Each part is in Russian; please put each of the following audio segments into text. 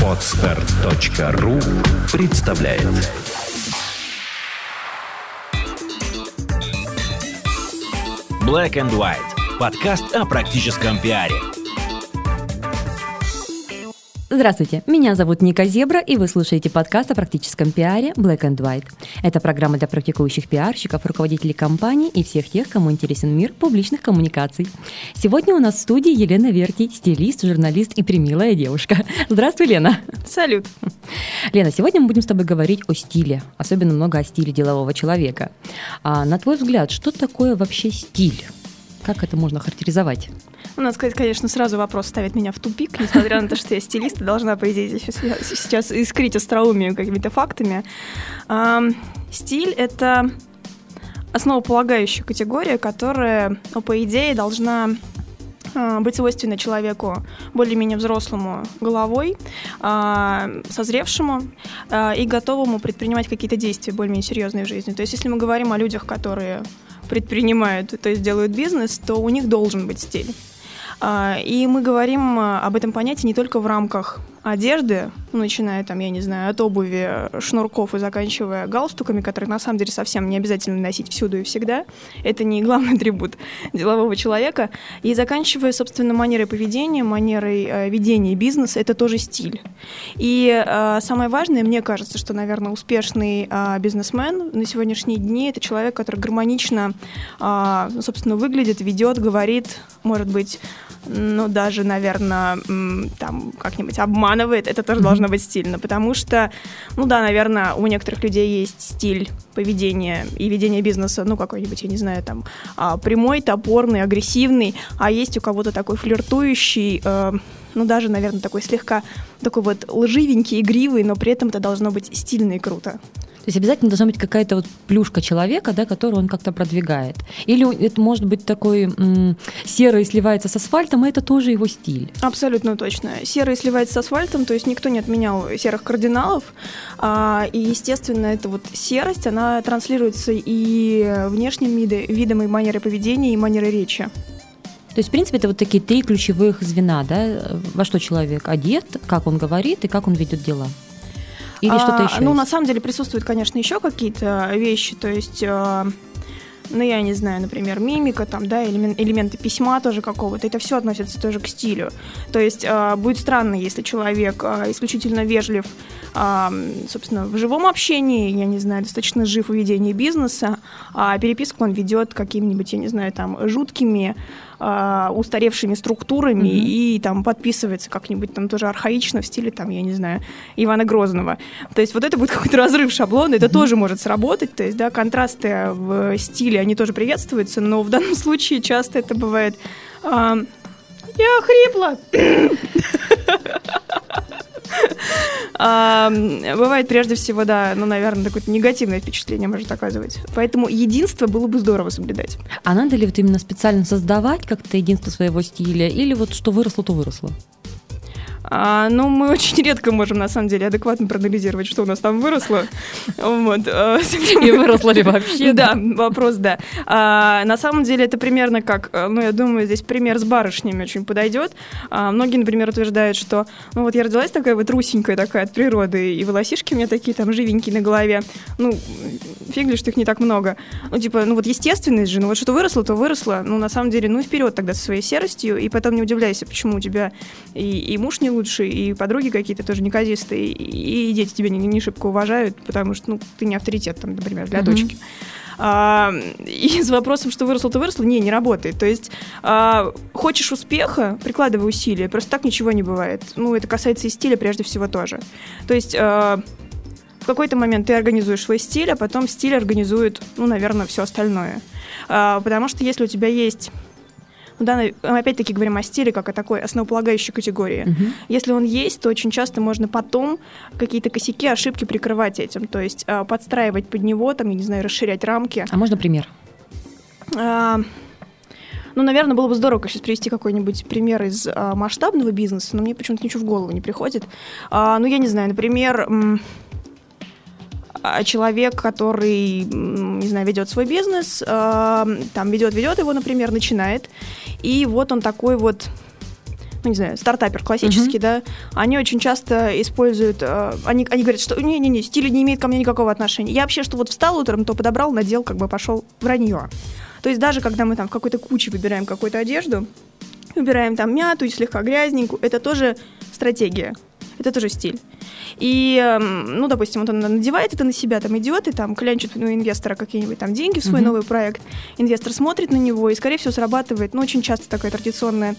Podster.ru представляет. Black and White. Подкаст о практическом пиаре. Здравствуйте, меня зовут Ника Зебра, и вы слушаете подкаст о практическом пиаре Black and White. Это программа для практикующих пиарщиков, руководителей компаний и всех тех, кому интересен мир публичных коммуникаций. Сегодня у нас в студии Елена Верти, стилист, журналист и премилая девушка. Здравствуй, Лена. Салют. Лена, сегодня мы будем с тобой говорить о стиле, особенно много о стиле делового человека. На твой взгляд, что такое вообще стиль? Как это можно характеризовать? Надо сказать, конечно, сразу вопрос ставит меня в тупик, несмотря на то, что я стилист и должна, по идее, сейчас искрить остроумие какими-то фактами. Стиль — это основополагающая категория, которая, по идее, должна быть свойственна человеку более-менее взрослому головой, созревшему и готовому предпринимать какие-то действия более-менее серьезные в жизни. То есть если мы говорим о людях, которые предпринимают, то есть делают бизнес, то у них должен быть стиль. И мы говорим об этом понятии не только в рамках одежды, начиная там, я не знаю, от обуви, шнурков и заканчивая галстуками, которые на самом деле совсем не обязательно носить всюду и всегда. Это не главный атрибут делового человека. И заканчивая, собственно, манерой поведения, манерой ведения бизнеса, это тоже стиль. И самое важное, мне кажется, что, наверное, успешный бизнесмен на сегодняшние дни — это человек, который гармонично, собственно, выглядит, ведет, говорит, может быть, даже, наверное, там как-нибудь обманывает, это тоже должно быть стильно, потому что, наверное, у некоторых людей есть стиль поведения и ведения бизнеса, какой-нибудь, я не знаю, там, прямой, топорный, агрессивный, а есть у кого-то такой флиртующий, даже, наверное, такой слегка такой вот лживенький, игривый, но при этом это должно быть стильно и круто. То есть обязательно должна быть какая-то вот плюшка человека, да, которую он как-то продвигает. Или это может быть такой серый сливается с асфальтом, и это тоже его стиль. Абсолютно точно. Серый сливается с асфальтом, то есть никто не отменял серых кардиналов. И, естественно, эта вот серость, она транслируется и внешним видом, и манерой поведения, и манерой речи. То есть, в принципе, это вот такие три ключевых звена, да, во что человек одет, как он говорит и как он ведет дела. Или что-то еще? На самом деле присутствуют, конечно, еще какие-то вещи, то есть, я не знаю, например, мимика, там, да, элементы письма тоже какого-то, это все относится тоже к стилю. То есть будет странно, если человек исключительно вежлив, собственно, в живом общении, я не знаю, достаточно жив в ведении бизнеса, а переписку он ведет какими-нибудь, я не знаю, там, жуткими, устаревшими структурами и там подписывается как-нибудь там тоже архаично в стиле, там, я не знаю, Ивана Грозного. То есть вот это будет какой-то разрыв шаблона, это тоже может сработать, то есть, да, контрасты в стиле, они тоже приветствуются, но в данном случае часто это бывает «Я хрипла!» Бывает прежде всего, да, наверное, такое негативное впечатление может оказывать. Поэтому единство было бы здорово соблюдать. А надо ли вот именно специально создавать как-то единство своего стиля, или вот что выросло, то выросло? Мы очень редко можем, на самом деле, адекватно проанализировать, что у нас там выросло. И выросло ли вообще? Да, вопрос, да. На самом деле это примерно как, я думаю, здесь пример с барышнями очень подойдет. Многие, например, утверждают, что, я родилась такая вот русенькая такая от природы, и волосишки у меня такие там живенькие на голове. Фиг ли, что их не так много. Естественность же, что выросло, то выросло. На самом деле, вперед тогда со своей серостью, и потом не удивляйся, почему у тебя и муж не лучше, и подруги какие-то тоже неказистые, и дети тебя не шибко уважают, потому что, ты не авторитет, там, например, для дочки. И с вопросом, что выросло, то выросло, не работает. То есть хочешь успеха, прикладывай усилия, просто так ничего не бывает. Это касается и стиля прежде всего тоже. То есть в какой-то момент ты организуешь свой стиль, а потом стиль организует, наверное, все остальное. Потому что если у тебя есть... мы опять-таки говорим о стиле как о такой основополагающей категории. Если он есть, то очень часто можно потом какие-то косяки, ошибки прикрывать этим. То есть подстраивать под него, там, я не знаю, расширять рамки. А можно пример? Наверное, было бы здорово сейчас привести какой-нибудь пример из масштабного бизнеса, но мне почему-то ничего в голову не приходит. Я не знаю, например... человек, который, не знаю, ведет свой бизнес, ведет его, например, начинает, и вот он такой вот ну, не знаю, стартапер классический, да, они очень часто используют, они говорят, что не, стиль не имеет ко мне никакого отношения. Я вообще, что вот встал утром, то подобрал, надел, как бы пошел, вранье. То есть даже когда мы там в какой-то куче выбираем какую-то одежду, выбираем там мятую, слегка грязненькую, это тоже стратегия, это тоже стиль. И, ну, допустим, вот он надевает это на себя, там идет и там клянчит у инвестора какие-нибудь там деньги в свой новый проект. Инвестор смотрит на него и, скорее всего, срабатывает, ну, очень часто такая традиционная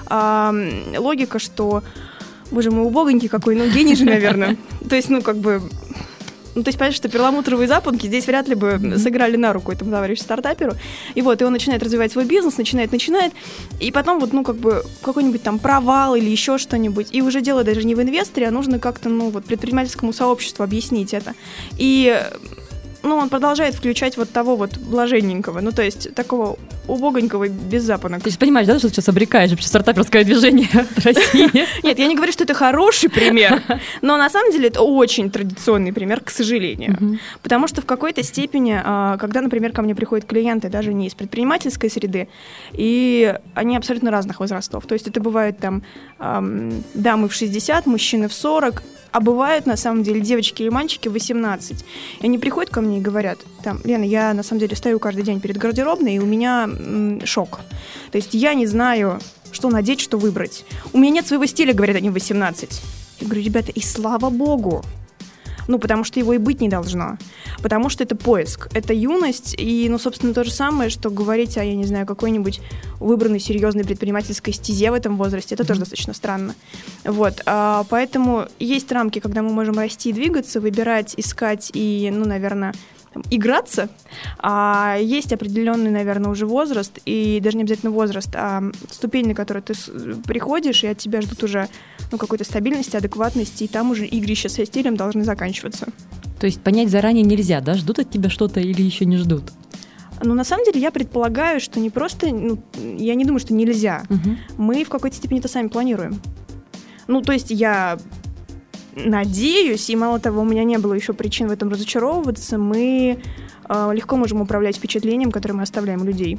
логика, что, боже мой, убогонький какой, ну, гений же, наверное. То есть, ну, как бы... Ну, то есть, понятно, что перламутровые запонки здесь вряд ли бы сыграли на руку этому товарищу-стартаперу. И вот, и он начинает развивать свой бизнес, начинает, и потом вот, ну, как бы, какой-нибудь там провал или еще что-нибудь. И уже дело даже не в инвесторе, а нужно как-то, ну, вот, предпринимательскому сообществу объяснить это. И, ну, он продолжает включать вот того вот блаженненького, ну, то есть, такого убогонького без запонок. То есть, понимаешь, да, что ты сейчас обрекаешь вообще стартаперское движение в России? Нет, я не говорю, что это хороший пример, но на самом деле это очень традиционный пример, к сожалению. Потому что в какой-то степени, когда, например, ко мне приходят клиенты даже не из предпринимательской среды, и они абсолютно разных возрастов. То есть это бывают там дамы в 60, мужчины в 40, а бывают, на самом деле, девочки или мальчики в 18. И они приходят ко мне и говорят, там, Лена, я, на самом деле, стою каждый день перед гардеробной, и у меня шок. То есть я не знаю, что надеть, что выбрать. У меня нет своего стиля, говорят они в 18. Я говорю, ребята, и слава богу. Ну, потому что его и быть не должно. Потому что это поиск, это юность, и, ну, собственно, то же самое, что говорить о, я не знаю, какой-нибудь выбранной серьезной предпринимательской стезе в этом возрасте, это тоже достаточно странно. Вот, поэтому есть рамки, когда мы можем расти и двигаться, выбирать, искать и, ну, наверное, играться, а есть определенный, наверное, уже возраст, и даже не обязательно возраст, а ступень, на которую ты приходишь, и от тебя ждут уже, ну, какой-то стабильности, адекватности, и там уже игрища со стилем должны заканчиваться. То есть понять заранее нельзя, да? Ждут от тебя что-то или еще не ждут? Ну, на самом деле, я предполагаю, что не просто, ну, я не думаю, что нельзя. Мы в какой-то степени это сами планируем. Ну, то есть я надеюсь, и мало того, у меня не было еще причин в этом разочаровываться, мы легко можем управлять впечатлением, которое мы оставляем у людей.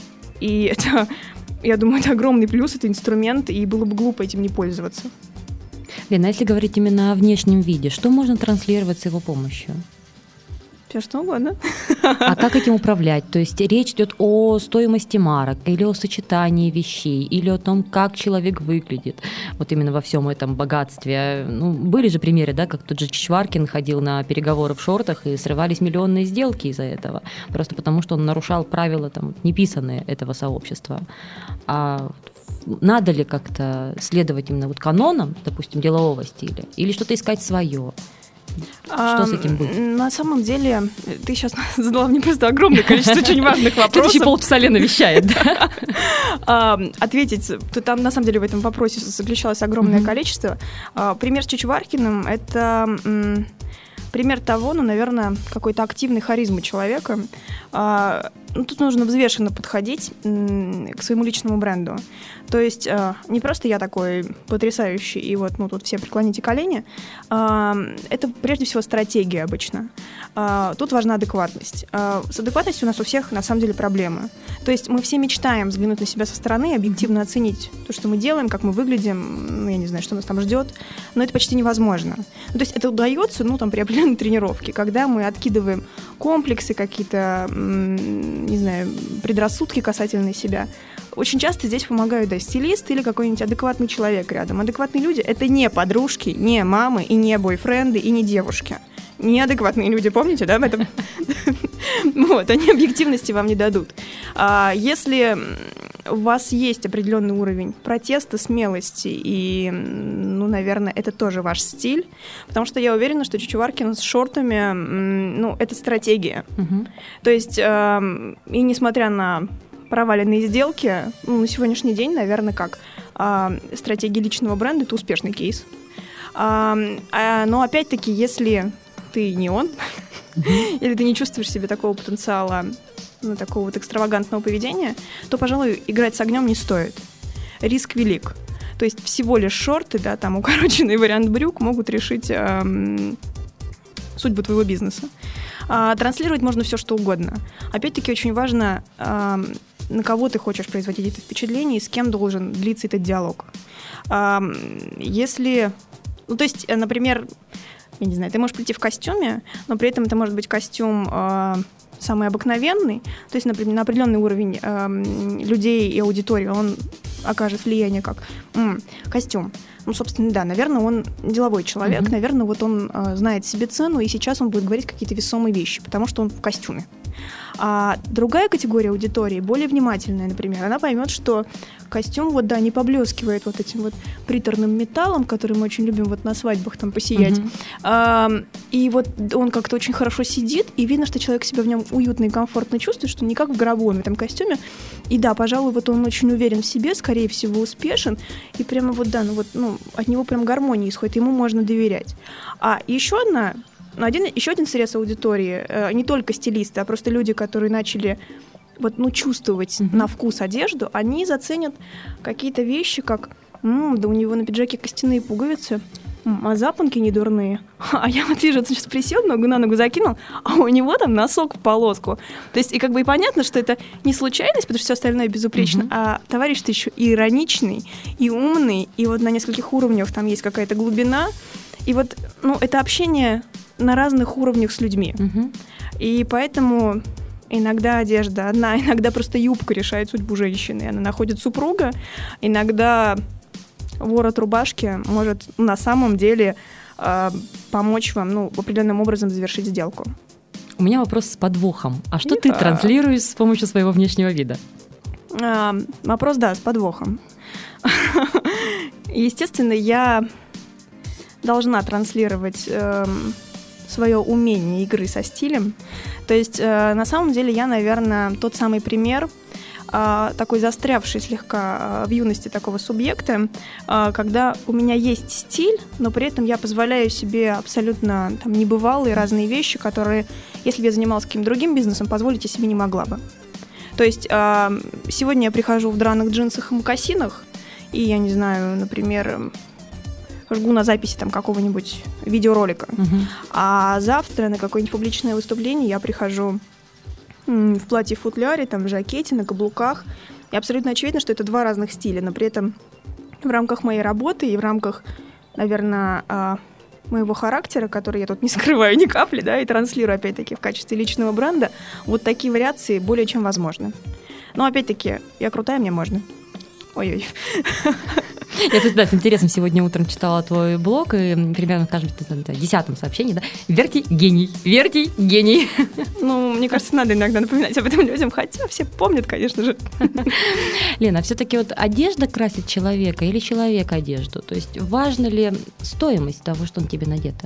И это, я думаю, это огромный плюс, это инструмент, и было бы глупо этим не пользоваться. Лена, если говорить именно о внешнем виде, что можно транслировать с его помощью? Все что угодно. А как этим управлять? То есть речь идет о стоимости марок, или о сочетании вещей, или о том, как человек выглядит. Вот именно во всем этом богатстве. Ну, были же примеры, да, как тот же Чичваркин ходил на переговоры в шортах, и срывались миллионные сделки из-за этого. Просто потому, что он нарушал правила там, неписанные этого сообщества. А надо ли как-то следовать именно вот канонам, допустим, делового стиля, или что-то искать свое? Что с этим будет? На самом деле, ты сейчас задала мне просто огромное количество очень важных вопросов. Следующие полчаса Лена вещает, да? Ответить, там на самом деле в этом вопросе заключалось огромное количество. Пример с Чичваркиным – это пример того, ну, наверное, какой-то активной харизмы человека. Ну, тут нужно взвешенно подходить к своему личному бренду. То есть не просто я такой потрясающий, и вот, ну, тут все преклоните колени. Это прежде всего стратегия обычно. Тут важна адекватность. С адекватностью у нас у всех на самом деле проблемы. То есть мы все мечтаем взглянуть на себя со стороны, объективно оценить то, что мы делаем, как мы выглядим, ну, я не знаю, что нас там ждет, но это почти невозможно. Ну, то есть это удается, ну, там, при определенной тренировке, когда мы откидываем комплексы какие-то, не знаю, предрассудки касательно себя. Очень часто здесь помогают, да, стилист или какой-нибудь адекватный человек рядом. Адекватные люди — это не подружки, не мамы и не бойфренды и не девушки. Неадекватные люди, помните, да, об этом? Вот, они объективности вам не дадут. Если у вас есть определенный уровень протеста, смелости, и, ну, наверное, это тоже ваш стиль, потому что я уверена, что Чичваркин с шортами, ну, это стратегия. То есть, и несмотря на проваленные сделки, ну, на сегодняшний день, наверное, как стратегия личного бренда — это успешный кейс. Но опять-таки, если ты не он, или ты не чувствуешь в себе такого потенциала, ну, такого вот экстравагантного поведения, то, пожалуй, играть с огнем не стоит. Риск велик. То есть всего лишь шорты, да, там укороченный вариант брюк могут решить судьбу твоего бизнеса. Транслировать можно все, что угодно. Опять-таки очень важно на кого ты хочешь производить это впечатление и с кем должен длиться этот диалог. Если... Ну, то есть, например, я не знаю, ты можешь прийти в костюме, но при этом это может быть костюм самый обыкновенный, то есть, например, на определенный уровень людей и аудитории он окажет влияние как костюм. Ну, собственно, да, наверное, он деловой человек, наверное, вот он знает себе цену, и сейчас он будет говорить какие-то весомые вещи, потому что он в костюме. А другая категория аудитории, более внимательная, например, она поймет, что костюм вот, да, не поблескивает вот этим вот приторным металлом, который мы очень любим вот на свадьбах там посиять. И вот он как-то очень хорошо сидит, и видно, что человек себя в нем уютно и комфортно чувствует, что не как в гробу он в этом костюме. И да, пожалуй, вот он очень уверен в себе, скорее всего, успешен, и прямо вот, да, от него прям гармония исходит, ему можно доверять. А еще один срез аудитории, не только стилисты, а просто люди, которые начали чувствовать на вкус одежду, они заценят какие-то вещи, как да у него на пиджаке костяные пуговицы, а запонки не дурные. А я вот вижу, он сейчас присел, ногу на ногу закинул, а у него там носок в полоску. То есть, и как бы и понятно, что это не случайность, потому что все остальное безупречно, а товарищ-то еще и ироничный, и умный, и вот на нескольких уровнях там есть какая-то глубина. И вот, это общение на разных уровнях с людьми. И поэтому иногда одежда одна, иногда просто юбка решает судьбу женщины. Она находит супруга, иногда ворот рубашки может на самом деле помочь вам определенным образом завершить сделку. У меня вопрос с подвохом. А что ты транслируешь с помощью своего внешнего вида? Вопрос, да, с подвохом. Естественно, я должна транслировать свое умение игры со стилем. То есть, на самом деле, я, наверное, тот самый пример, такой застрявший слегка в юности такого субъекта, когда у меня есть стиль, но при этом я позволяю себе абсолютно небывалые разные вещи, которые, если бы я занималась каким-то другим бизнесом, позволить я себе не могла бы. То есть, сегодня я прихожу в драных джинсах и мокасинах, и, я не знаю, например, жгу на записи какого-нибудь видеоролика. А завтра на какое-нибудь публичное выступление я прихожу в платье-футляре, в жакете, на каблуках. И абсолютно очевидно, что это два разных стиля, но при этом в рамках моей работы и в рамках, наверное, моего характера, который я тут не скрываю ни капли, да, и транслирую, опять-таки, в качестве личного бренда, вот такие вариации более чем возможны. Но, опять-таки, я крутая, мне можно. Ой-ой. Я, кстати, с интересом сегодня утром читала твой блог, и примерно в каждом 10-м сообщении, да, Верти гений, Верти гений. Мне кажется, надо иногда напоминать об этом людям, хотя все помнят, конечно же. Лена, а все-таки одежда красит человека или человек одежду? То есть важна ли стоимость того, что на тебе надето?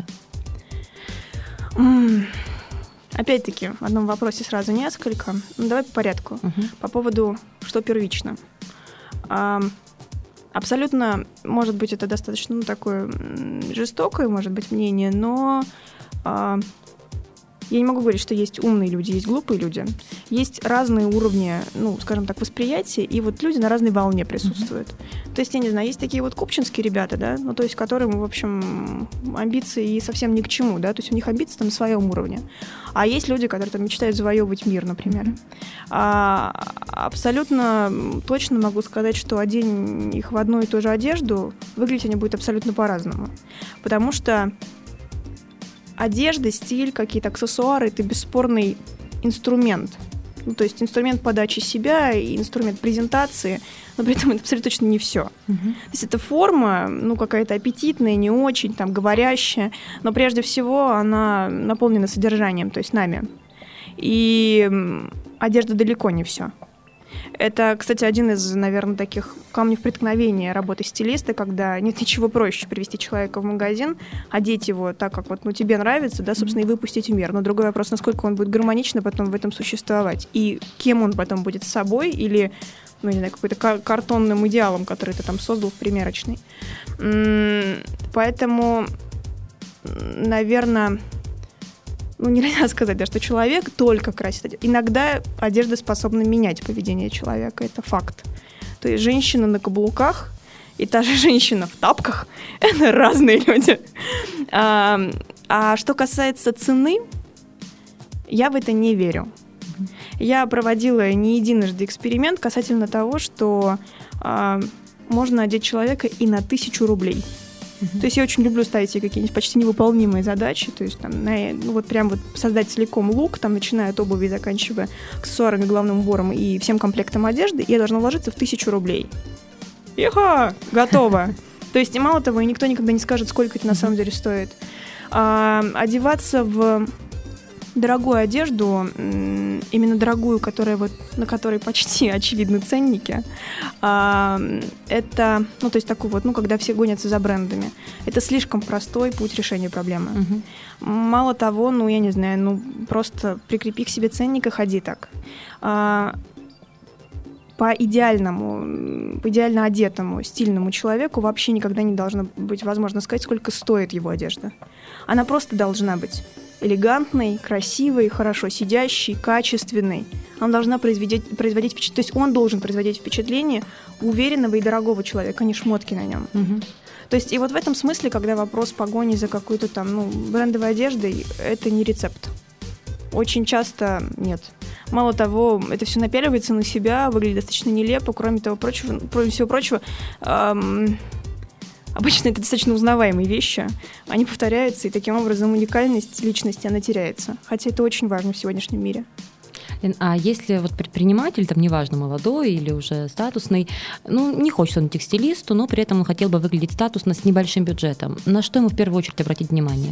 Опять-таки, в одном вопросе сразу несколько. Давай по порядку. По поводу, что первично. Абсолютно, может быть, это достаточно такое жестокое, может быть, мнение, но я не могу говорить, что есть умные люди, есть глупые люди. Есть разные уровни, скажем так, восприятия, и вот люди на разной волне присутствуют. То есть, я не знаю, есть такие купчинские ребята, да, то есть, которым, в общем, амбиции совсем ни к чему, да, то есть у них амбиции на своем уровне. А есть люди, которые мечтают завоевывать мир, например. Абсолютно точно могу сказать, что одень их в одну и ту же одежду, выглядеть они будут абсолютно по-разному. Потому что одежда, стиль, какие-то аксессуары — это бесспорный инструмент. То есть инструмент подачи себя и инструмент презентации, но при этом это абсолютно точно не все. То есть это форма, какая-то аппетитная, не очень, говорящая, но прежде всего она наполнена содержанием, то есть нами. И одежда далеко не все. Это, кстати, один из, наверное, таких камней преткновения работы стилиста, когда нет ничего проще привести человека в магазин, одеть его так, как тебе нравится, да, собственно, и выпустить в мир. Но другой вопрос, насколько он будет гармонично потом в этом существовать, и кем он потом будет с собой, или, не знаю, какой-то картонным идеалом, который ты создал в примерочной. Поэтому, наверное, нельзя сказать, да, что человек только красит одежду. Иногда одежда способна менять поведение человека, это факт. То есть женщина на каблуках и та же женщина в тапках – это разные люди. А что касается цены, я в это не верю. Я проводила не единожды эксперимент касательно того, что можно одеть человека и на 1000 рублей. То есть я очень люблю ставить себе какие-нибудь почти невыполнимые задачи, то есть там, прям вот создать целиком лук, там, начиная от обуви, заканчивая аксессуарами, головным убором и всем комплектом одежды, и я должна вложиться в 1000 рублей. Иха! Готово! То есть, и мало того, и никто никогда не скажет, сколько это на самом деле стоит. Одеваться в дорогую одежду, именно дорогую, на которой почти очевидны ценники, это, то есть такой вот, когда все гонятся за брендами, это слишком простой путь решения проблемы. Мало того, я не знаю, просто прикрепи к себе ценник и ходи так. По идеально одетому, стильному человеку вообще никогда не должно быть возможно сказать, сколько стоит его одежда. Она просто должна быть элегантной, красивой, хорошо сидящей, качественной. Она должна производить впечатление, то есть он должен производить впечатление уверенного и дорогого человека, а не шмотки на нем. То есть и вот в этом смысле, когда вопрос погони за какой-то там, брендовой одеждой, это не рецепт. Очень часто нет. Мало того, это все напяливается на себя, выглядит достаточно нелепо. Кроме всего прочего, обычно это достаточно узнаваемые вещи. Они повторяются, и таким образом уникальность личности, она теряется. Хотя это очень важно в сегодняшнем мире. А если вот предприниматель, там неважно, молодой или уже статусный, не хочет он идти к стилисту, но при этом он хотел бы выглядеть статусно с небольшим бюджетом, на что ему в первую очередь обратить внимание?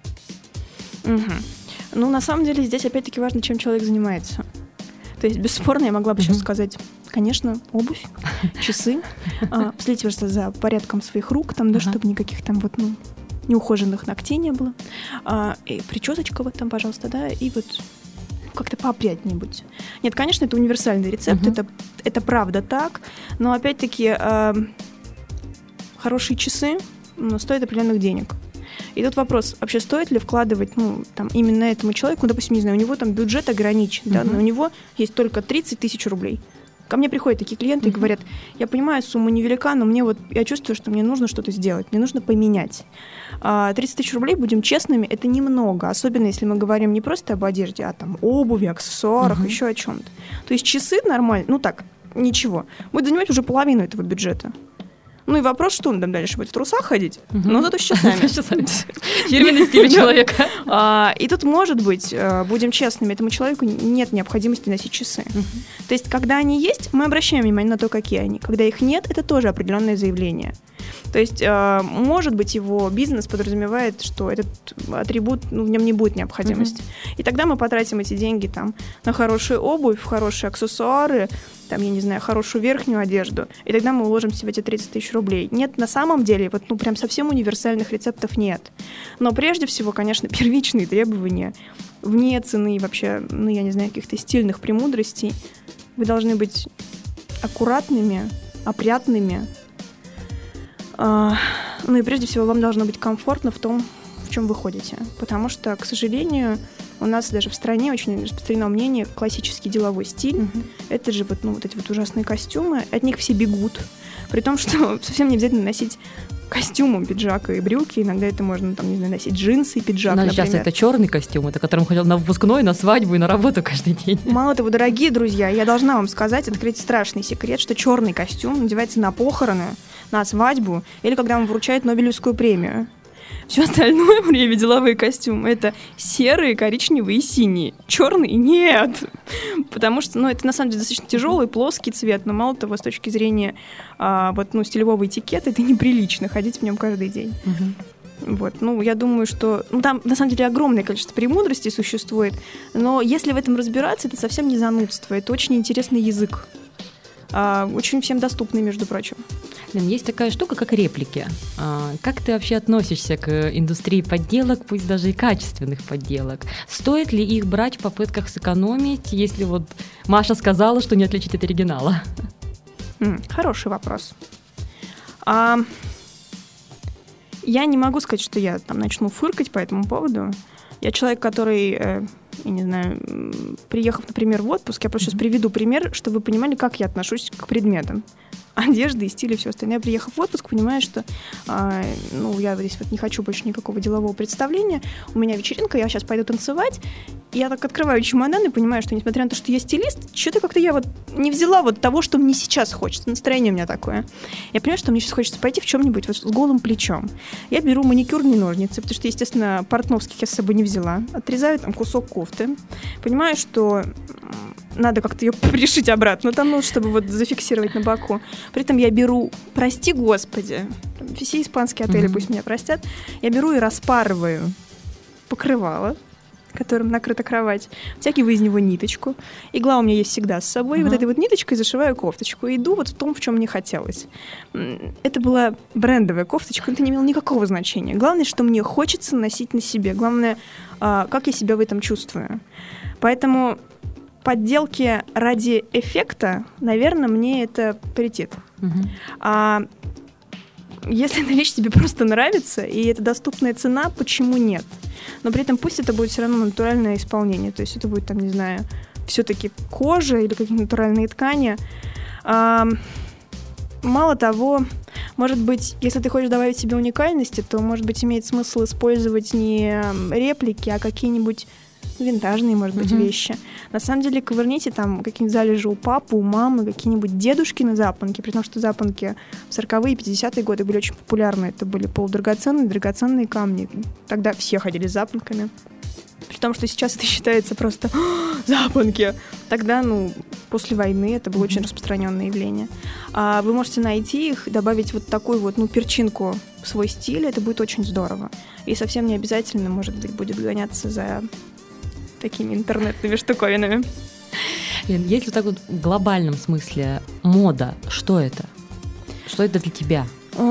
На самом деле здесь опять-таки важно, чем человек занимается. То есть, бесспорно, я могла бы сейчас сказать, конечно, обувь, часы, следите, пожалуйста, за порядком своих рук, чтобы никаких там неухоженных ногтей не было, и причесочка там, пожалуйста, да, и как-то поопрятнее будь. Нет, конечно, это универсальный рецепт, это правда так, но опять-таки хорошие часы стоят определенных денег. И тут вопрос, вообще стоит ли вкладывать, именно этому человеку, допустим, не знаю, у него там бюджет ограничен, да, но у него есть только 30 000 рублей. Ко мне приходят такие клиенты и говорят, я понимаю, сумма невелика, но я чувствую, что мне нужно что-то сделать, мне нужно поменять. 30 000 рублей, будем честными, это немного, особенно если мы говорим не просто об одежде, а там обуви, аксессуарах, еще о чем-то. То есть часы нормально, ничего, будет занимать уже половину этого бюджета. И вопрос, что он там дальше будет в трусах ходить, но зато с часами. Фирменный стиль человека. И тут, может быть, будем честными, этому человеку нет необходимости носить часы. То есть, когда они есть, мы обращаем внимание на то, какие они. Когда их нет, это тоже определенное заявление. То есть, может быть, его бизнес подразумевает, что этот атрибут, в нем не будет необходимости. И тогда мы потратим эти деньги на хорошую обувь, хорошие аксессуары, я не знаю, хорошую верхнюю одежду, и тогда мы уложимся в эти 30 000 рублей. Нет, на самом деле, прям совсем универсальных рецептов нет. Но прежде всего, конечно, первичные требования, вне цены вообще, я не знаю, каких-то стильных премудростей, вы должны быть аккуратными, опрятными, и прежде всего вам должно быть комфортно в том, в чем вы ходите. Потому что, к сожалению, у нас даже в стране очень распространено мнение классический деловой стиль. Это же эти ужасные костюмы, от них все бегут. При том, что совсем не обязательно носить костюм, пиджак и брюки. Иногда это можно, носить джинсы и пиджак, например. Сейчас это черный костюм, это которым ходил на выпускной, на свадьбу и на работу каждый день. Мало того, дорогие друзья, я должна вам открыть страшный секрет, что черный костюм надевается на похороны, на свадьбу или когда вам вручают Нобелевскую премию. Все остальное время деловые костюмы — это серые, коричневые и синие. Черный — нет. Потому что, это на самом деле достаточно тяжелый, плоский цвет, но мало того, с точки зрения стилевого этикета, это неприлично ходить в нем каждый день. Я думаю, что там на самом деле огромное количество премудростей существует, но если в этом разбираться, это совсем не занудство, это очень интересный язык. Очень всем доступный, между прочим. Есть такая штука, как реплики. Как ты вообще относишься к индустрии подделок, пусть даже и качественных подделок? Стоит ли их брать в попытках сэкономить, если Маша сказала, что не отличить от оригинала? Хороший вопрос. Я не могу сказать, что я начну фыркать по этому поводу. Я человек, который, я не знаю, приехав, например, в отпуск, я просто сейчас приведу пример, чтобы вы понимали, как я отношусь к предметам. одежды и стиль и все остальное. Я, приехав в отпуск, понимаю, что я здесь вот не хочу больше никакого делового представления. У меня вечеринка, я сейчас пойду танцевать. И я так открываю чемодан и понимаю, что несмотря на то, что я стилист, что-то как-то я вот не взяла вот того, что мне сейчас хочется. Настроение у меня такое. Я понимаю, что мне сейчас хочется пойти в чем-нибудь вот с голым плечом. Я беру маникюрные ножницы, потому что, естественно, портновских я с собой не взяла. Отрезаю там кусок кофты. Понимаю, что надо как-то ее пришить обратно, там, чтобы вот зафиксировать на боку. При этом я беру, прости господи, все испанские отели пусть меня простят, я беру и распарываю покрывало, которым накрыта кровать, втягиваю из него ниточку. Игла у меня есть всегда с собой. Вот этой вот ниточкой зашиваю кофточку. И иду вот в том, в чем мне хотелось. Это была брендовая кофточка, это не имело никакого значения. Главное, что мне хочется носить на себе. Главное, как я себя в этом чувствую. Поэтому подделки ради эффекта, наверное, мне это претит. А если эта вещь тебе просто нравится, и это доступная цена, почему нет? Но при этом пусть это будет все равно натуральное исполнение. То есть это будет, там, не знаю, все-таки кожа или какие-то натуральные ткани. Мало того, может быть, если ты хочешь добавить себе уникальности, то, может быть, имеет смысл использовать не реплики, а какие-нибудь винтажные, может быть, вещи. На самом деле, ковырните там какие-нибудь залежи у папы, у мамы, какие-нибудь дедушкины запонки, при том, что запонки в 40-е и 50-е годы были очень популярны. Это были полудрагоценные, драгоценные камни. Тогда все ходили с запонками. При том, что сейчас это считается просто запонки. Тогда, после войны это было очень распространенное явление. Вы можете найти их, добавить вот такую вот, перчинку в свой стиль, это будет очень здорово. И совсем не обязательно, может быть, будет гоняться за такими интернетными штуковинами. Если так вот в глобальном смысле мода, что это? Что это для тебя?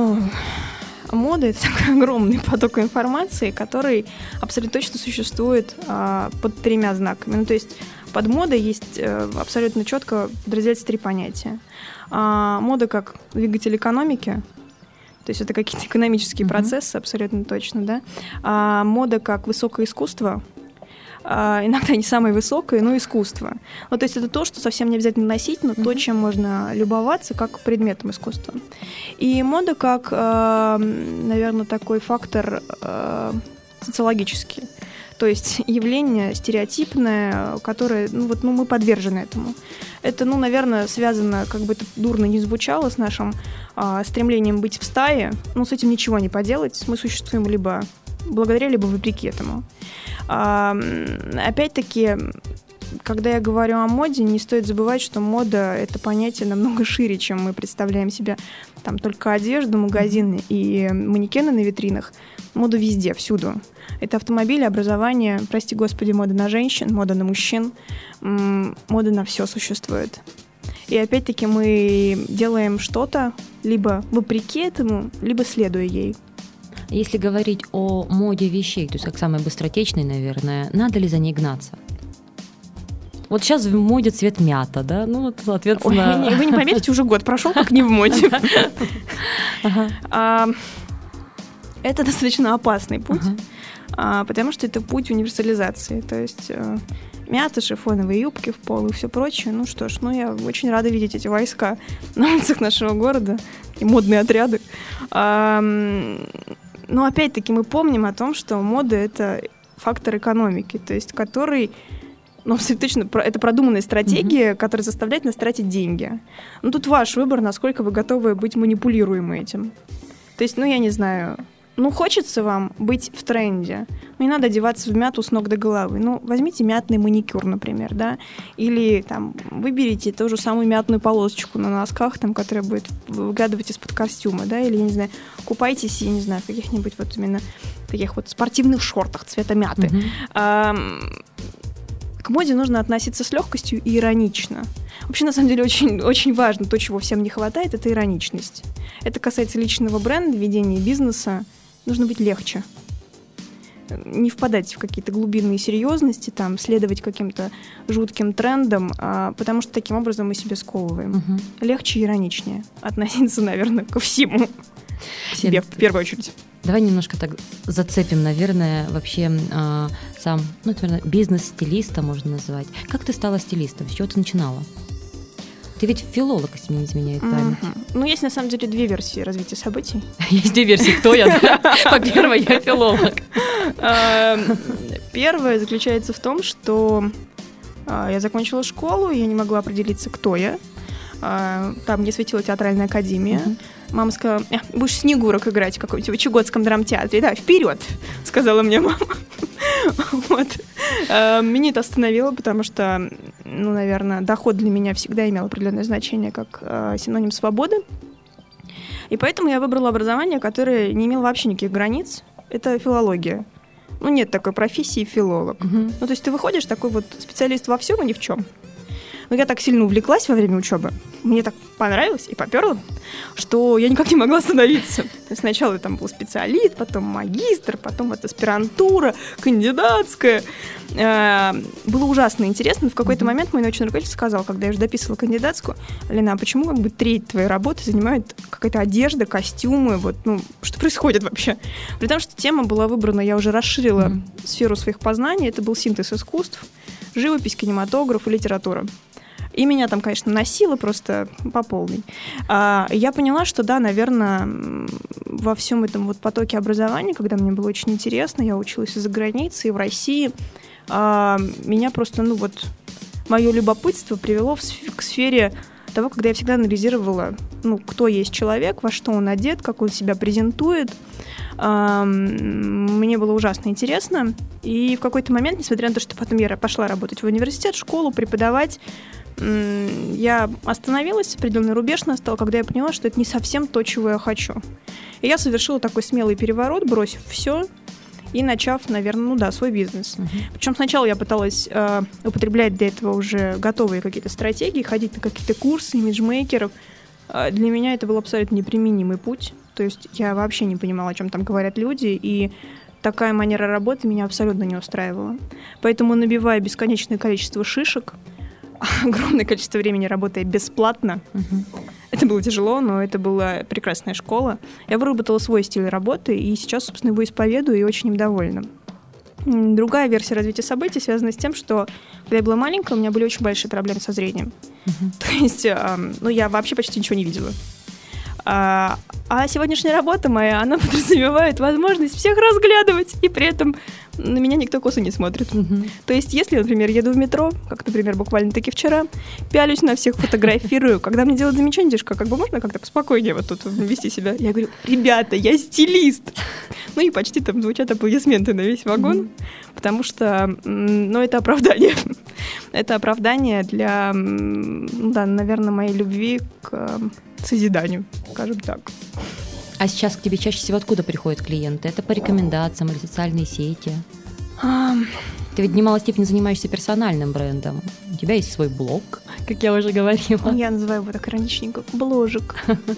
Мода — это такой огромный поток информации, который абсолютно точно существует под 3 знаками. То есть под модой есть абсолютно четко подразделяется 3 понятия. Мода как двигатель экономики, то есть это какие-то экономические процессы, абсолютно точно, да. Мода как высокое искусство, иногда не самое высокое, но искусство. То есть это то, что совсем не обязательно носить, но то, чем можно любоваться как предметом искусства. И мода как, наверное, такой фактор социологический. То есть явление стереотипное, которое, мы подвержены этому. Это, наверное, связано, как бы это дурно ни звучало, с нашим стремлением быть в стае. С этим ничего не поделать. Мы существуем либо благодаря, либо вопреки этому. Опять-таки, когда я говорю о моде, не стоит забывать, что мода — это понятие намного шире, чем мы представляем себе. Там только одежда, магазины и манекены на витринах. Мода везде, всюду. Это автомобили, образование, прости господи, мода на женщин, мода на мужчин, мода на все существует. И опять-таки мы делаем что-то либо вопреки этому, либо следуя ей. Если говорить о моде вещей, то есть как самой быстротечной, наверное, надо ли за ней гнаться? Вот сейчас в моде цвет мята, да? Соответственно... Ой, вы не поверите, уже год прошел, как не в моде. Это достаточно опасный путь, потому что это путь универсализации. То есть мята, шифоновые юбки в пол и все прочее. Я очень рада видеть эти войска на улицах нашего города и модные отряды. Но опять-таки мы помним о том, что мода — это фактор экономики, то есть который, абсолютно точно, это продуманная стратегия, которая заставляет нас тратить деньги. Тут ваш выбор, насколько вы готовы быть манипулируемы этим. То есть, я не знаю, хочется вам быть в тренде, не надо одеваться в мяту с ног до головы. Возьмите мятный маникюр, например, да, или выберите ту же самую мятную полосочку на носках, которая будет выглядывать из-под костюма, да, или, я не знаю, купайтесь, я не знаю, в каких-нибудь именно таких спортивных шортах цвета мяты. К моде нужно относиться с легкостью и иронично. Вообще, на самом деле, очень, очень важно, то, чего всем не хватает, это ироничность. Это касается личного бренда, ведения бизнеса. Нужно быть легче. Не впадать в какие-то глубинные серьезности, следовать каким-то жутким трендам, потому что таким образом мы себя сковываем. Легче и ироничнее относиться, наверное, ко всему. К себе, в первую очередь. Давай немножко так зацепим, наверное, вообще сам, наверное, бизнес стилиста можно назвать. Как ты стала стилистом? С чего ты начинала? Ты ведь филолог, если мне не изменяет память. Ну, есть на самом деле 2 версии развития событий. Есть 2 версии, кто я? По-первому, я филолог. Первая заключается в том, что я закончила школу, я не могла определиться, кто я. Там мне светила театральная академия. Мама сказала: будешь Снегурок играть в каком-нибудь Чукотском драмтеатре. Да, вперед, сказала мне мама. Вот. Меня это остановило, потому что, ну, наверное, доход для меня всегда имел определенное значение как синоним свободы. И поэтому я выбрала образование, которое не имело вообще никаких границ. Это филология. Ну, нет такой профессии филолог. Ну, то есть ты выходишь такой вот специалист во всем и ни в чем. Но я так сильно увлеклась во время учебы, мне так понравилось и поперло, что я никак не могла остановиться. Сначала там был специалист, потом магистр, потом вот аспирантура, кандидатская. Было ужасно интересно, но в какой-то момент мой научный руководитель сказал, когда я уже дописывала кандидатскую: Лена, а почему как бы треть твоей работы занимает какая-то одежда, костюмы, вот, ну, что происходит вообще? При том, что тема была выбрана, я уже расширила сферу своих познаний, это был синтез искусств, живопись, кинематограф и литература. И меня там, конечно, носило просто по полной. Я поняла, что да, наверное, во всем этом вот потоке образования, когда мне было очень интересно, я училась и за границей, и в России, меня просто, ну вот, мое любопытство привело к сфере того, когда я всегда анализировала, ну, кто есть человек, во что он одет, как он себя презентует. Мне было ужасно интересно. И в какой-то момент, несмотря на то, что потом я пошла работать в университет, школу, преподавать, я остановилась, определенный рубеж настал, когда я поняла, что это не совсем то, чего я хочу. И я совершила такой смелый переворот, бросив все и начав, наверное, ну да, свой бизнес. Причем сначала я пыталась употреблять для этого уже готовые какие-то стратегии, ходить на какие-то курсы имиджмейкеров. Для меня это был абсолютно неприменимый путь. То есть я вообще не понимала, о чем там говорят люди, и такая манера работы меня абсолютно не устраивала. Поэтому, набивая бесконечное количество шишек, огромное количество времени работая бесплатно, это было тяжело, но это была прекрасная школа. Я выработала свой стиль работы, и сейчас, собственно, его исповедую и очень им довольна. Другая версия развития событий связана с тем, что когда я была маленькая, у меня были очень большие проблемы со зрением. То есть, ну, я вообще почти ничего не видела. А сегодняшняя работа моя, она подразумевает возможность всех разглядывать, и при этом на меня никто косо не смотрит. То есть, если, например, еду в метро, как, например, буквально-таки вчера, пялюсь на всех, фотографирую, когда мне делают замечание, дедушка, как бы можно как-то поспокойнее вот тут вести себя? Я говорю: ребята, я стилист. Ну и почти там звучат аплодисменты на весь вагон, потому что, ну, это оправдание. Это оправдание для, ну, да, наверное, моей любви к созиданию, скажем так. А сейчас к тебе чаще всего откуда приходят клиенты? Это по рекомендациям или социальные сети? Ты ведь в немалой степени занимаешься персональным брендом. У тебя есть свой блог, как я уже говорила. Я называю его так ироничненько — бложик.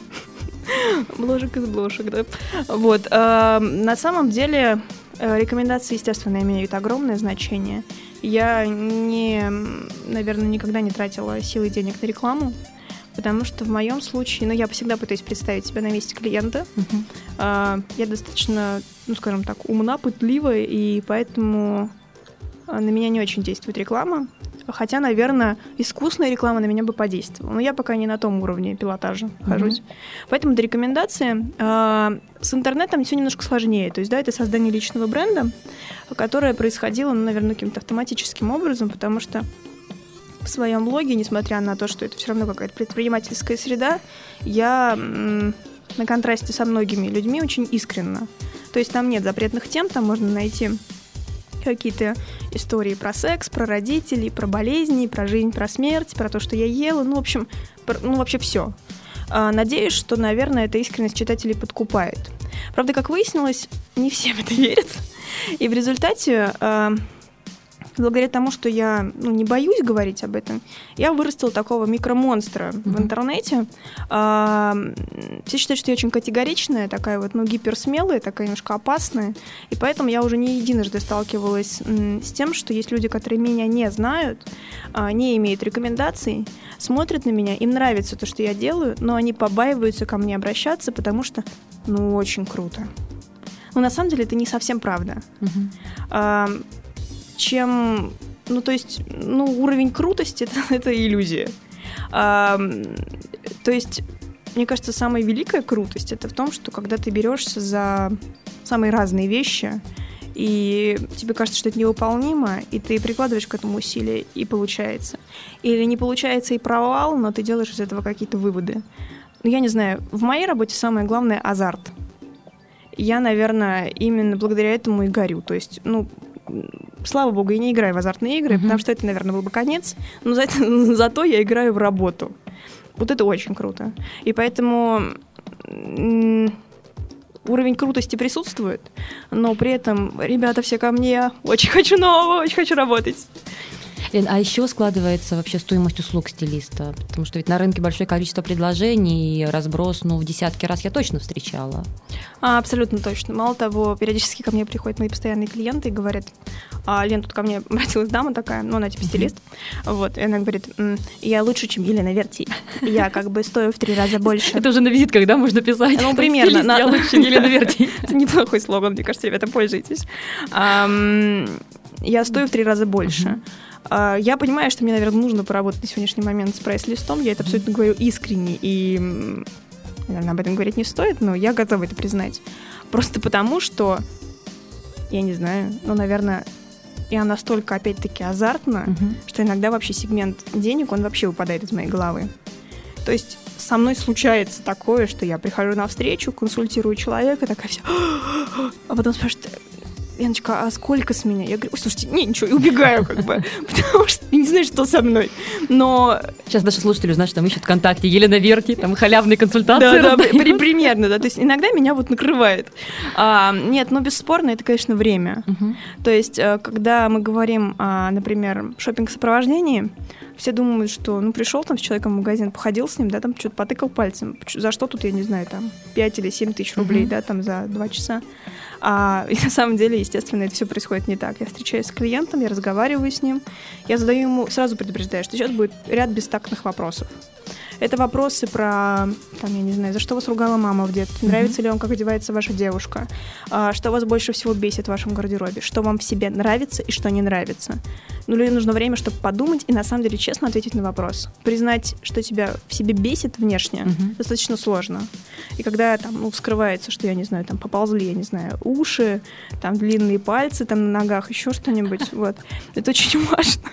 Бложик из блошек, да. Вот. На самом деле рекомендации, естественно, имеют огромное значение. Я, наверное, никогда не тратила силы и денег на рекламу, потому что в моем случае, ну, я всегда пытаюсь представить себя на месте клиента. Я достаточно, ну, скажем так, умна, пытливая, и поэтому на меня не очень действует реклама. Хотя, наверное, искусная реклама на меня бы подействовала. Но я пока не на том уровне пилотажа нахожусь. Поэтому до рекомендации. С интернетом все немножко сложнее. То есть, да, это создание личного бренда, которое происходило, ну, наверное, каким-то автоматическим образом, потому что в своем блоге, несмотря на то, что это все равно какая-то предпринимательская среда, я на контрасте со многими людьми очень искренна. То есть там нет запретных тем, там можно найти какие-то истории про секс, про родителей, про болезни, про жизнь, про смерть, про то, что я ела, ну, в общем, ну, вообще все. Надеюсь, что, наверное, эта искренность читателей подкупает. Правда, как выяснилось, не все в это верят. И в результате, благодаря тому, что я, ну, не боюсь говорить об этом, я вырастила такого микромонстра в интернете. Все считают, что я очень категоричная, такая вот, ну, гиперсмелая, такая немножко опасная. И поэтому я уже не единожды сталкивалась с тем, что есть люди, которые меня не знают, не имеют рекомендаций, смотрят на меня, им нравится то, что я делаю, но они побаиваются ко мне обращаться, потому что, ну, очень круто. Но на самом деле это не совсем правда. Ну, то есть, ну, уровень крутости — это иллюзия. То есть, мне кажется, самая великая крутость — это в том, что когда ты берешься за самые разные вещи, и тебе кажется, что это невыполнимо, и ты прикладываешь к этому усилия, и получается. Или не получается и провал, но ты делаешь из этого какие-то выводы. Ну, я не знаю, в моей работе самое главное — азарт. Я, наверное, именно благодаря этому и горю. То есть, слава богу, я не играю в азартные игры, потому что это, наверное, был бы конец, но зато я играю в работу. Вот это очень круто. И поэтому уровень крутости присутствует, но при этом ребята все ко мне, очень хочу нового, очень хочу работать. Лен, а еще складывается вообще стоимость услуг стилиста? Потому что ведь на рынке большое количество предложений, и разброс, в десятки раз я точно встречала. Абсолютно точно. Мало того, периодически ко мне приходят мои постоянные клиенты и говорят: Лен, тут ко мне обратилась дама такая, она типа стилист, вот, и она говорит: я лучше, чем Елена Вертий, я как бы стою в 3 раза больше. Это уже на визитках, да, можно писать? Ну, примерно. Я лучше, чем Елена Вертий. Это неплохой слоган, мне кажется, ребята, пользуйтесь. Я стою в 3 раза больше. Я понимаю, что мне, наверное, нужно поработать на сегодняшний момент с прайс-листом. Я это абсолютно говорю искренне. И, наверное, об этом говорить не стоит, но я готова это признать. Просто потому, что, я не знаю, наверное, я настолько, опять-таки, азартна, что иногда вообще сегмент денег, он вообще выпадает из моей головы. То есть со мной случается такое, что я прихожу на встречу, консультирую человека, такая вся... А потом спрашивает: Леночка, а сколько с меня? Я говорю: ой, слушайте, ничего, и убегаю как бы, потому что я не знаю, что со мной. Но... Сейчас наши слушатели узнают, что там ищут ВКонтакте Елена Вертий, там халявные консультации. Да, примерно, да. То есть иногда меня накрывает. Нет, бесспорно, это, конечно, время. То есть, когда мы говорим, например, шопинг-сопровождении, все думают, что, пришел там с человеком в магазин, походил с ним, да, там что-то потыкал пальцем. За что тут, я не знаю, там, 5 или 7 тысяч рублей, да, там, за 2 часа. И на самом деле, естественно, это все происходит не так. Я встречаюсь с клиентом, я разговариваю с ним, я задаю ему, сразу предупреждаю, что сейчас будет ряд бестактных вопросов. Это вопросы про, я не знаю, за что вас ругала мама в детстве, нравится ли вам, как одевается ваша девушка, что вас больше всего бесит в вашем гардеробе, что вам в себе нравится и что не нравится. Людям нужно время, чтобы подумать и, на самом деле, честно ответить на вопрос. Признать, что тебя в себе бесит внешне, достаточно сложно. И когда вскрывается, что, я не знаю, поползли, я не знаю, уши, длинные пальцы на ногах, еще что-нибудь, вот. Это очень важно.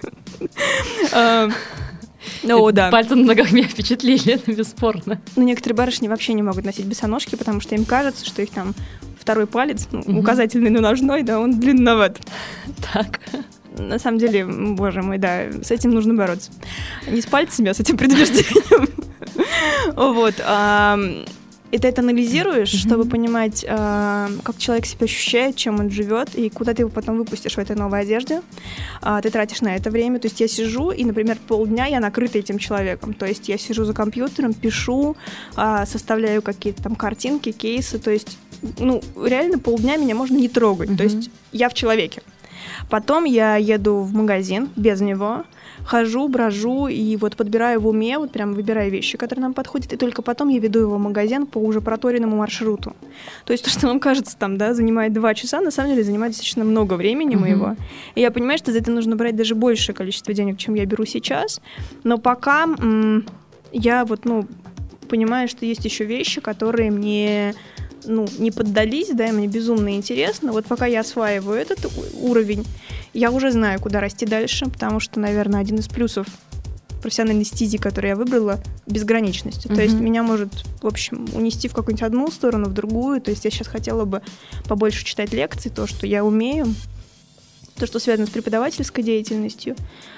Да. Пальцы на ногах меня впечатлили, это бесспорно. Некоторые барышни вообще не могут носить босоножки, потому что им кажется, что их второй палец, указательный, но ножной, да, он длинноват. Так. На самом деле, боже мой, да, с этим нужно бороться. Не с пальцами, а с этим предубеждением. Вот. И ты это анализируешь, чтобы понимать, как человек себя ощущает, чем он живет, и куда ты его потом выпустишь в этой новой одежде. Ты тратишь на это время. То есть я сижу, и, например, полдня я накрыта этим человеком. То есть я сижу за компьютером, пишу, составляю какие-то картинки, кейсы. То есть, реально полдня меня можно не трогать. То есть я в человеке. Потом я еду в магазин без него, хожу, брожу и подбираю в уме, прям выбираю вещи, которые нам подходят, и только потом я веду его в магазин по уже проторенному маршруту. То есть то, что вам кажется, занимает 2 часа, на самом деле занимает достаточно много времени моего. И я понимаю, что за это нужно брать даже большее количество денег, чем я беру сейчас, но пока я понимаю, что есть еще вещи, которые мне не поддались, да, и мне безумно интересно. Вот пока я осваиваю этот уровень, я уже знаю, куда расти дальше, потому что, наверное, один из плюсов профессиональной стези, которую я выбрала, безграничность. То есть меня может, в общем, унести в какую-нибудь одну сторону, в другую. То есть я сейчас хотела бы побольше читать лекции, то, что я умею, то, что связано с преподавательской деятельностью.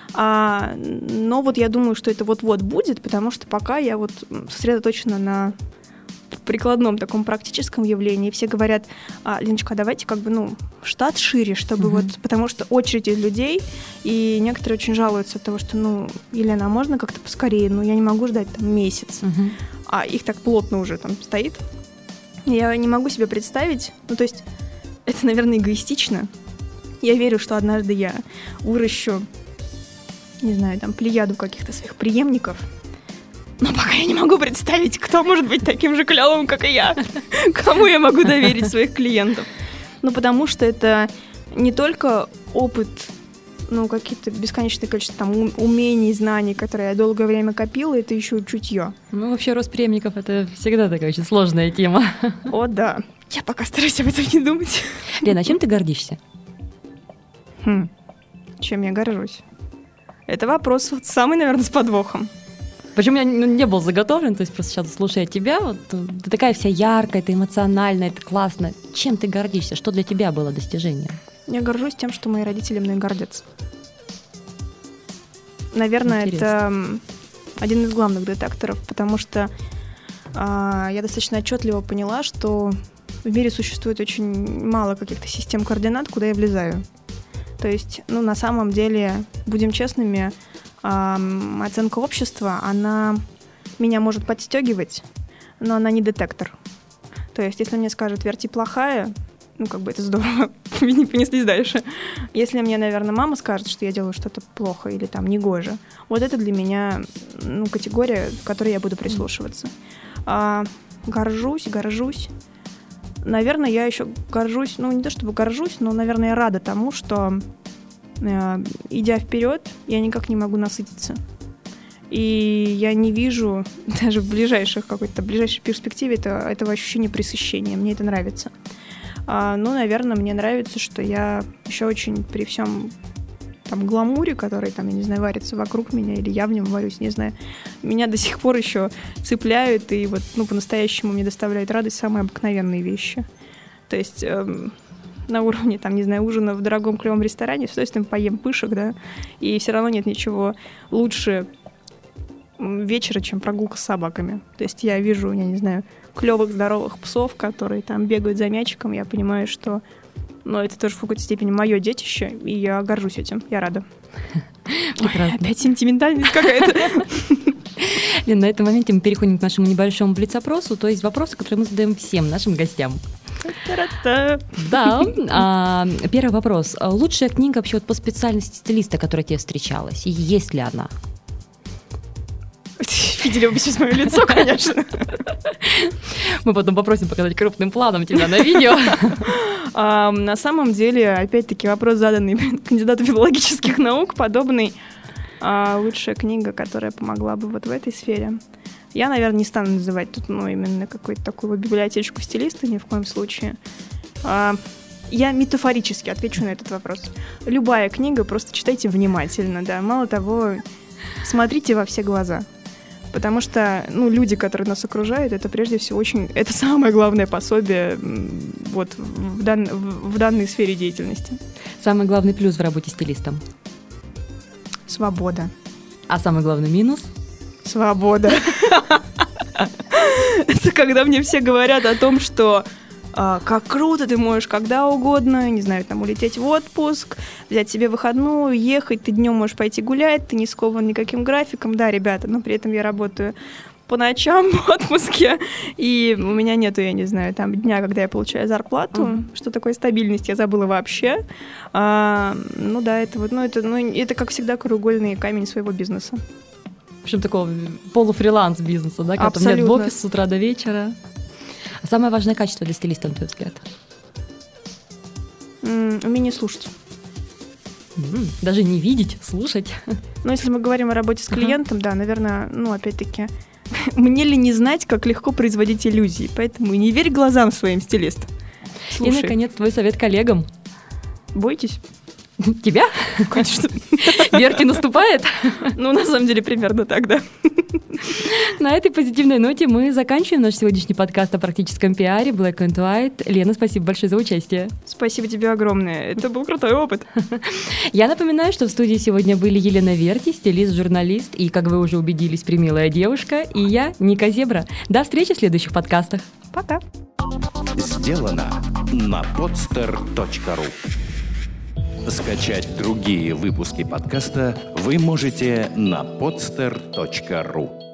Но я думаю, что это вот-вот будет, потому что пока я сосредоточена на прикладном таком практическом явлении. Все говорят: Леночка, давайте штат шире, чтобы потому что очередь из людей, и некоторые очень жалуются от того, что, Елена, а можно как-то поскорее? Я не могу ждать месяц. А их так плотно уже стоит. Я не могу себе представить, то есть это, наверное, эгоистично. Я верю, что однажды я выращу, не знаю, плеяду каких-то своих преемников. Но пока я не могу представить, кто может быть таким же клёвым, как и я. Кому я могу доверить своих клиентов. Потому что это не только опыт какие-то бесконечное количество там умений, знаний, которые я долгое время копила, это еще чутье. Вообще рост преемников — это всегда такая очень сложная тема. О, да. Я пока стараюсь об этом не думать. Лена, а чем ты гордишься? Чем я горжусь? Это вопрос самый, наверное, с подвохом. Почему у меня не был заготовлен, то есть просто сейчас, слушая тебя, ты такая вся яркая, ты эмоциональная, это классно. Чем ты гордишься? Что для тебя было достижением? Я горжусь тем, что мои родители мной гордятся. Наверное, это один из главных детекторов, потому что я достаточно отчетливо поняла, что в мире существует очень мало каких-то систем координат, куда я влезаю. То есть, на самом деле, будем честными, оценка общества, она меня может подстегивать, но она не детектор. То есть, если мне скажут «Верти плохая», это здорово, не понеслись дальше. Если мне, наверное, мама скажет, что я делаю что-то плохо или там негоже, вот это для меня, категория, к которой я буду прислушиваться. Горжусь. Наверное, я еще горжусь, не то чтобы горжусь, но, наверное, я рада тому, что, идя вперед, я никак не могу насытиться. И я не вижу даже в ближайшей перспективе этого ощущения пресыщения. Мне это нравится. Наверное, мне нравится, что я еще очень при всем там гламуре, который там, я не знаю, варится вокруг меня, или я в нем варюсь, не знаю, меня до сих пор еще цепляют, и по-настоящему мне доставляют радость самые обыкновенные вещи. То есть на уровне, там, не знаю, ужина в дорогом клевом ресторане, с удовольствием поем пышек, да, и все равно нет ничего лучше вечера, чем прогулка с собаками. То есть я вижу, я не знаю, клевых здоровых псов, которые там бегают за мячиком, я понимаю, что это тоже в какой-то степени мое детище, и я горжусь этим, я рада. Прекрасно. Опять сентиментальность какая-то. Лен, на этом моменте мы переходим к нашему небольшому блиц-опросу, то есть вопросы, которые мы задаем всем нашим гостям. Да. Первый вопрос. Лучшая книга вообще по специальности стилиста, которая тебе встречалась, и есть ли она? Видели бы сейчас мое лицо, конечно. Мы потом попросим показать крупным планом тебя на видео. На самом деле, опять-таки, вопрос, заданный кандидату филологических наук, подобный. Лучшая книга, которая помогла бы в этой сфере. Я, наверное, не стану называть тут, именно какую-то такую библиотечку стилиста, ни в коем случае. Я метафорически отвечу на этот вопрос. Любая книга, просто читайте внимательно, да. Мало того, смотрите во все глаза. Потому что, люди, которые нас окружают, это прежде всего это самое главное пособие в данной сфере деятельности. Самый главный плюс в работе стилистом? Свобода. А самый главный минус? Свобода. Это когда мне все говорят о том, что как круто, ты можешь когда угодно, не знаю, там улететь в отпуск, взять себе выходную, ехать, ты днем можешь пойти гулять, ты не скован никаким графиком. Да, ребята, но при этом я работаю по ночам в отпуске, и у меня нету, я не знаю, там дня, когда я получаю зарплату. Что такое стабильность, я забыла вообще. Это как всегда краеугольный камень своего бизнеса. В общем, такого полуфриланс бизнеса, да, когда нет в офис с утра до вечера. А самое важное качество для стилиста, на твой взгляд? Умение слушать. Даже не видеть, слушать. Если мы говорим о работе с клиентом, да, наверное, опять-таки, мне ли не знать, как легко производить иллюзии, поэтому не верь глазам своим, стилист. И, наконец, твой совет коллегам. Бойтесь. Тебя? Конечно. Верти наступает? На самом деле, примерно так, да. На этой позитивной ноте мы заканчиваем наш сегодняшний подкаст о практическом пиаре Black and White. Лена, спасибо большое за участие. Спасибо тебе огромное. Это был крутой опыт. Я напоминаю, что в студии сегодня были Елена Верти, стилист, журналист и, как вы уже убедились, премилая девушка, и я, Ника Зебра. До встречи в следующих подкастах. Пока. Сделано на podster.ru. Скачать другие выпуски подкаста вы можете на podster.ru.